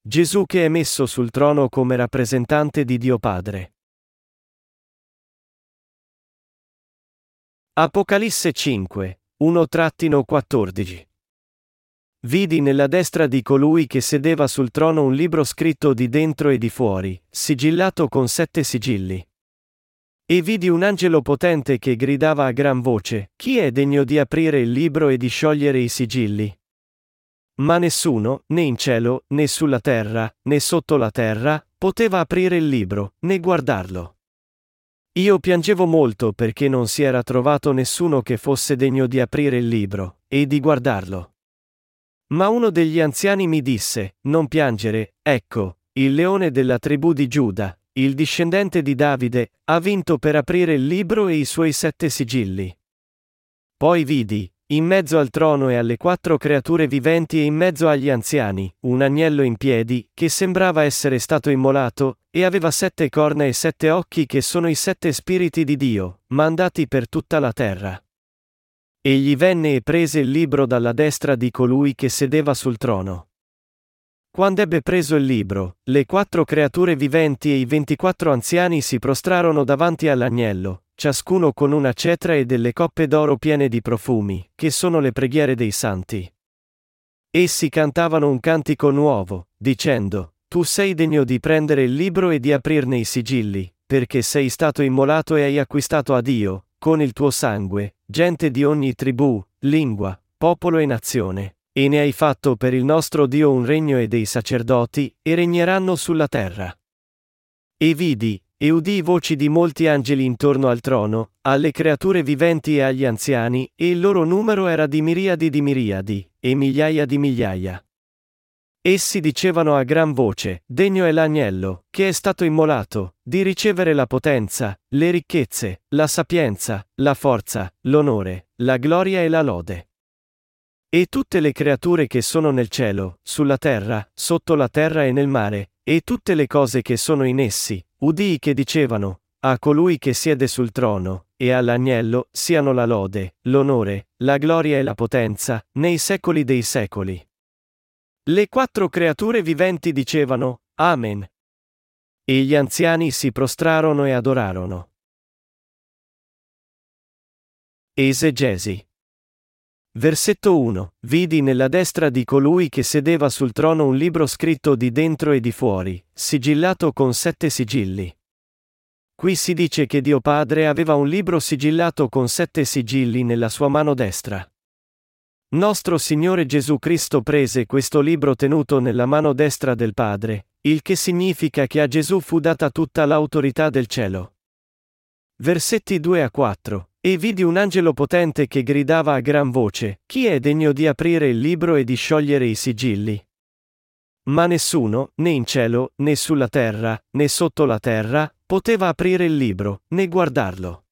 Gesù che è messo sul trono come rappresentante di Dio Padre. Apocalisse 5, 1-14. Vidi nella destra di colui che sedeva sul trono un libro scritto di dentro e di fuori, sigillato con 7 sigilli. E vidi un angelo potente che gridava a gran voce: chi è degno di aprire il libro e di sciogliere i sigilli? Ma nessuno, né in cielo, né sulla terra, né sotto la terra, poteva aprire il libro, né guardarlo. Io piangevo molto perché non si era trovato nessuno che fosse degno di aprire il libro, e di guardarlo. Ma uno degli anziani mi disse: non piangere, ecco, il leone della tribù di Giuda, il discendente di Davide, ha vinto per aprire il libro e i suoi 7 sigilli. Poi vidi, in mezzo al trono e alle 4 creature viventi e in mezzo agli anziani, un agnello in piedi, che sembrava essere stato immolato, e aveva 7 corna e 7 occhi che sono i 7 spiriti di Dio, mandati per tutta la terra. Egli venne e prese il libro dalla destra di colui che sedeva sul trono. Quando ebbe preso il libro, le 4 creature viventi e i 24 anziani si prostrarono davanti all'agnello, ciascuno con una cetra e delle coppe d'oro piene di profumi, che sono le preghiere dei santi. Essi cantavano un cantico nuovo, dicendo: Tu sei degno di prendere il libro e di aprirne i sigilli, perché sei stato immolato e hai acquistato a Dio, con il tuo sangue, gente di ogni tribù, lingua, popolo e nazione. E ne hai fatto per il nostro Dio un regno e dei sacerdoti, e regneranno sulla terra. E vidi, e udii voci di molti angeli intorno al trono, alle creature viventi e agli anziani, e il loro numero era di miriadi, e migliaia di migliaia. Essi dicevano a gran voce: degno è l'agnello, che è stato immolato, di ricevere la potenza, le ricchezze, la sapienza, la forza, l'onore, la gloria e la lode. E tutte le creature che sono nel cielo, sulla terra, sotto la terra e nel mare, e tutte le cose che sono in essi, udii che dicevano: a colui che siede sul trono, e all'agnello, siano la lode, l'onore, la gloria e la potenza, nei secoli dei secoli. Le 4 creature viventi dicevano: Amen. E gli anziani si prostrarono e adorarono. Esegesi. Versetto 1. Vidi nella destra di colui che sedeva sul trono un libro scritto di dentro e di fuori, sigillato con 7 sigilli. Qui si dice che Dio Padre aveva un libro sigillato con 7 sigilli nella sua mano destra. Nostro Signore Gesù Cristo prese questo libro tenuto nella mano destra del Padre, il che significa che a Gesù fu data tutta l'autorità del cielo. Versetti 2-4. E vidi un angelo potente che gridava a gran voce: chi è degno di aprire il libro e di sciogliere i sigilli? Ma nessuno, né in cielo, né sulla terra, né sotto la terra, poteva aprire il libro, né guardarlo.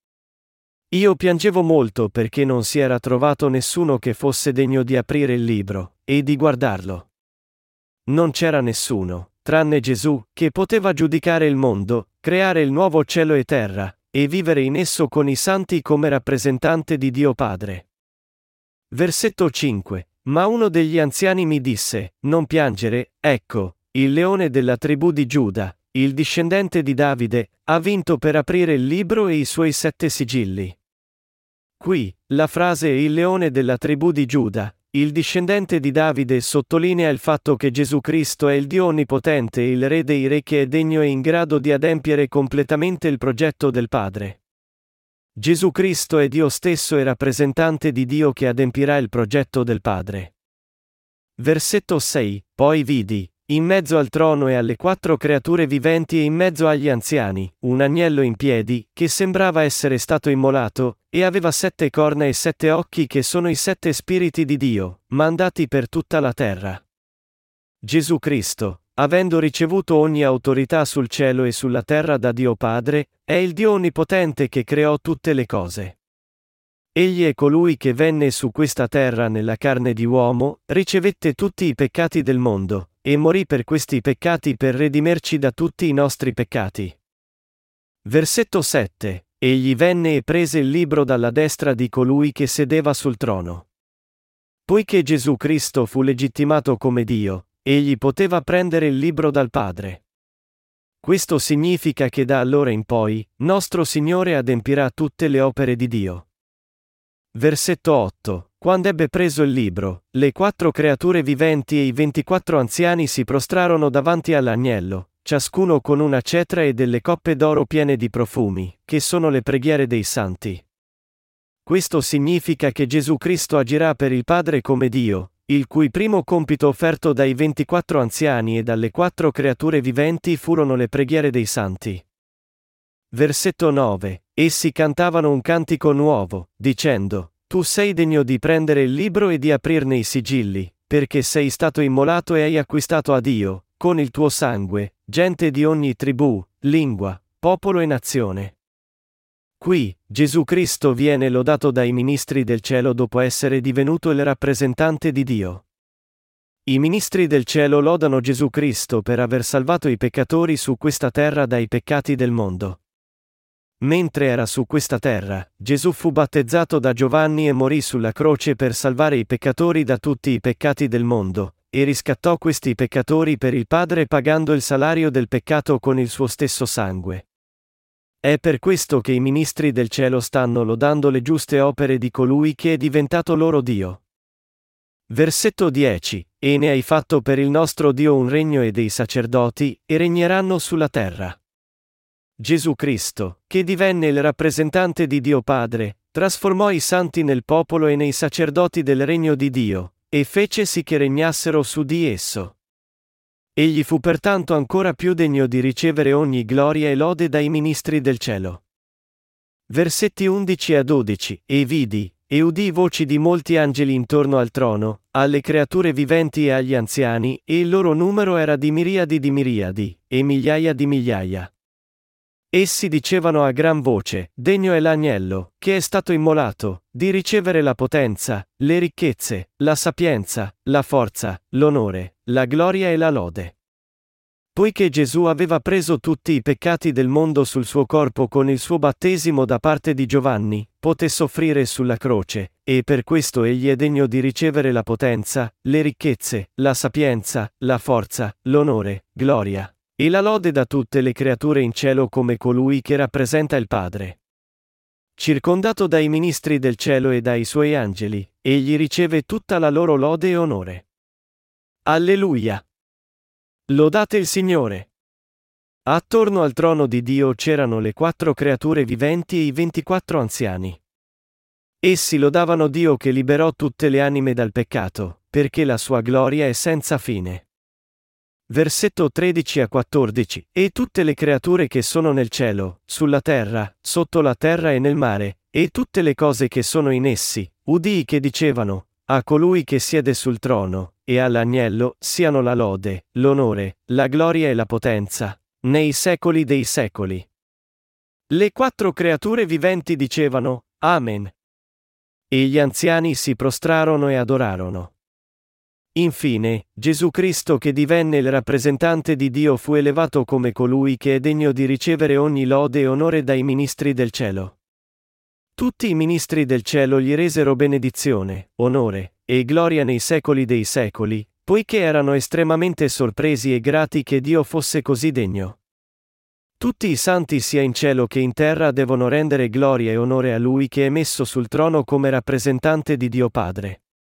Io piangevo molto perché non si era trovato nessuno che fosse degno di aprire il libro, e di guardarlo. Non c'era nessuno, tranne Gesù, che poteva giudicare il mondo, creare il nuovo cielo e terra, e vivere in esso con i santi come rappresentante di Dio Padre. Versetto 5. Ma uno degli anziani mi disse: non piangere, ecco, il leone della tribù di Giuda, il discendente di Davide, ha vinto per aprire il libro e i suoi 7 sigilli. Qui, la frase il leone della tribù di Giuda, il discendente di Davide sottolinea il fatto che Gesù Cristo è il Dio onnipotente e il Re dei Re che è degno e in grado di adempiere completamente il progetto del Padre. Gesù Cristo è Dio stesso e rappresentante di Dio che adempirà il progetto del Padre. Versetto 6. Poi vidi, in mezzo al trono e alle 4 creature viventi e in mezzo agli anziani, un agnello in piedi, che sembrava essere stato immolato, e aveva 7 corna e 7 occhi che sono i 7 spiriti di Dio, mandati per tutta la terra. Gesù Cristo, avendo ricevuto ogni autorità sul cielo e sulla terra da Dio Padre, è il Dio onnipotente che creò tutte le cose. Egli è colui che venne su questa terra nella carne di uomo, ricevette tutti i peccati del mondo, e morì per questi peccati per redimerci da tutti i nostri peccati. Versetto 7. Egli venne e prese il libro dalla destra di colui che sedeva sul trono. Poiché Gesù Cristo fu legittimato come Dio, egli poteva prendere il libro dal Padre. Questo significa che da allora in poi, nostro Signore adempirà tutte le opere di Dio. Versetto 8. Quando ebbe preso il libro, le 4 creature viventi e i 24 anziani si prostrarono davanti all'agnello, ciascuno con una cetra e delle coppe d'oro piene di profumi, che sono le preghiere dei santi. Questo significa che Gesù Cristo agirà per il Padre come Dio, il cui primo compito offerto dai 24 anziani e dalle 4 creature viventi furono le preghiere dei santi. Versetto 9. Essi cantavano un cantico nuovo, dicendo: Tu sei degno di prendere il libro e di aprirne i sigilli, perché sei stato immolato e hai acquistato a Dio, con il tuo sangue, gente di ogni tribù, lingua, popolo e nazione. Qui, Gesù Cristo viene lodato dai ministri del cielo dopo essere divenuto il rappresentante di Dio. I ministri del cielo lodano Gesù Cristo per aver salvato i peccatori su questa terra dai peccati del mondo. Mentre era su questa terra, Gesù fu battezzato da Giovanni e morì sulla croce per salvare i peccatori da tutti i peccati del mondo, e riscattò questi peccatori per il Padre pagando il salario del peccato con il suo stesso sangue. È per questo che i ministri del cielo stanno lodando le giuste opere di colui che è diventato loro Dio. Versetto 10. E ne hai fatto per il nostro Dio un regno e dei sacerdoti, e regneranno sulla terra. Gesù Cristo, che divenne il rappresentante di Dio Padre, trasformò i santi nel popolo e nei sacerdoti del regno di Dio, e fece sì che regnassero su di esso. Egli fu pertanto ancora più degno di ricevere ogni gloria e lode dai ministri del cielo. Versetti 11 a 12. E vidi, e udì voci di molti angeli intorno al trono, alle creature viventi e agli anziani, e il loro numero era di miriadi, e migliaia di migliaia. Essi dicevano a gran voce: Degno è l'agnello, che è stato immolato, di ricevere la potenza, le ricchezze, la sapienza, la forza, l'onore, la gloria e la lode. Poiché Gesù aveva preso tutti i peccati del mondo sul suo corpo con il suo battesimo da parte di Giovanni, poté soffrire sulla croce, e per questo egli è degno di ricevere la potenza, le ricchezze, la sapienza, la forza, l'onore, gloria e la lode da tutte le creature in cielo come colui che rappresenta il Padre. Circondato dai ministri del cielo e dai suoi angeli, egli riceve tutta la loro lode e onore. Alleluia! Lodate il Signore! Attorno al trono di Dio c'erano le 4 creature viventi e i 24 anziani. Essi lodavano Dio che liberò tutte le anime dal peccato, perché la sua gloria è senza fine. Versetto 13 a 14. E tutte le creature che sono nel cielo, sulla terra, sotto la terra e nel mare, e tutte le cose che sono in essi, udii che dicevano: A colui che siede sul trono, e all'agnello, siano la lode, l'onore, la gloria e la potenza, nei secoli dei secoli. Le 4 creature viventi dicevano: Amen. E gli anziani si prostrarono e adorarono. Infine, Gesù Cristo che divenne il rappresentante di Dio fu elevato come colui che è degno di ricevere ogni lode e onore dai ministri del cielo. Tutti i ministri del cielo gli resero benedizione, onore e gloria nei secoli dei secoli, poiché erano estremamente sorpresi e grati che Dio fosse così degno. Tutti i santi sia in cielo che in terra devono rendere gloria e onore a Lui che è messo sul trono come rappresentante di Dio Padre.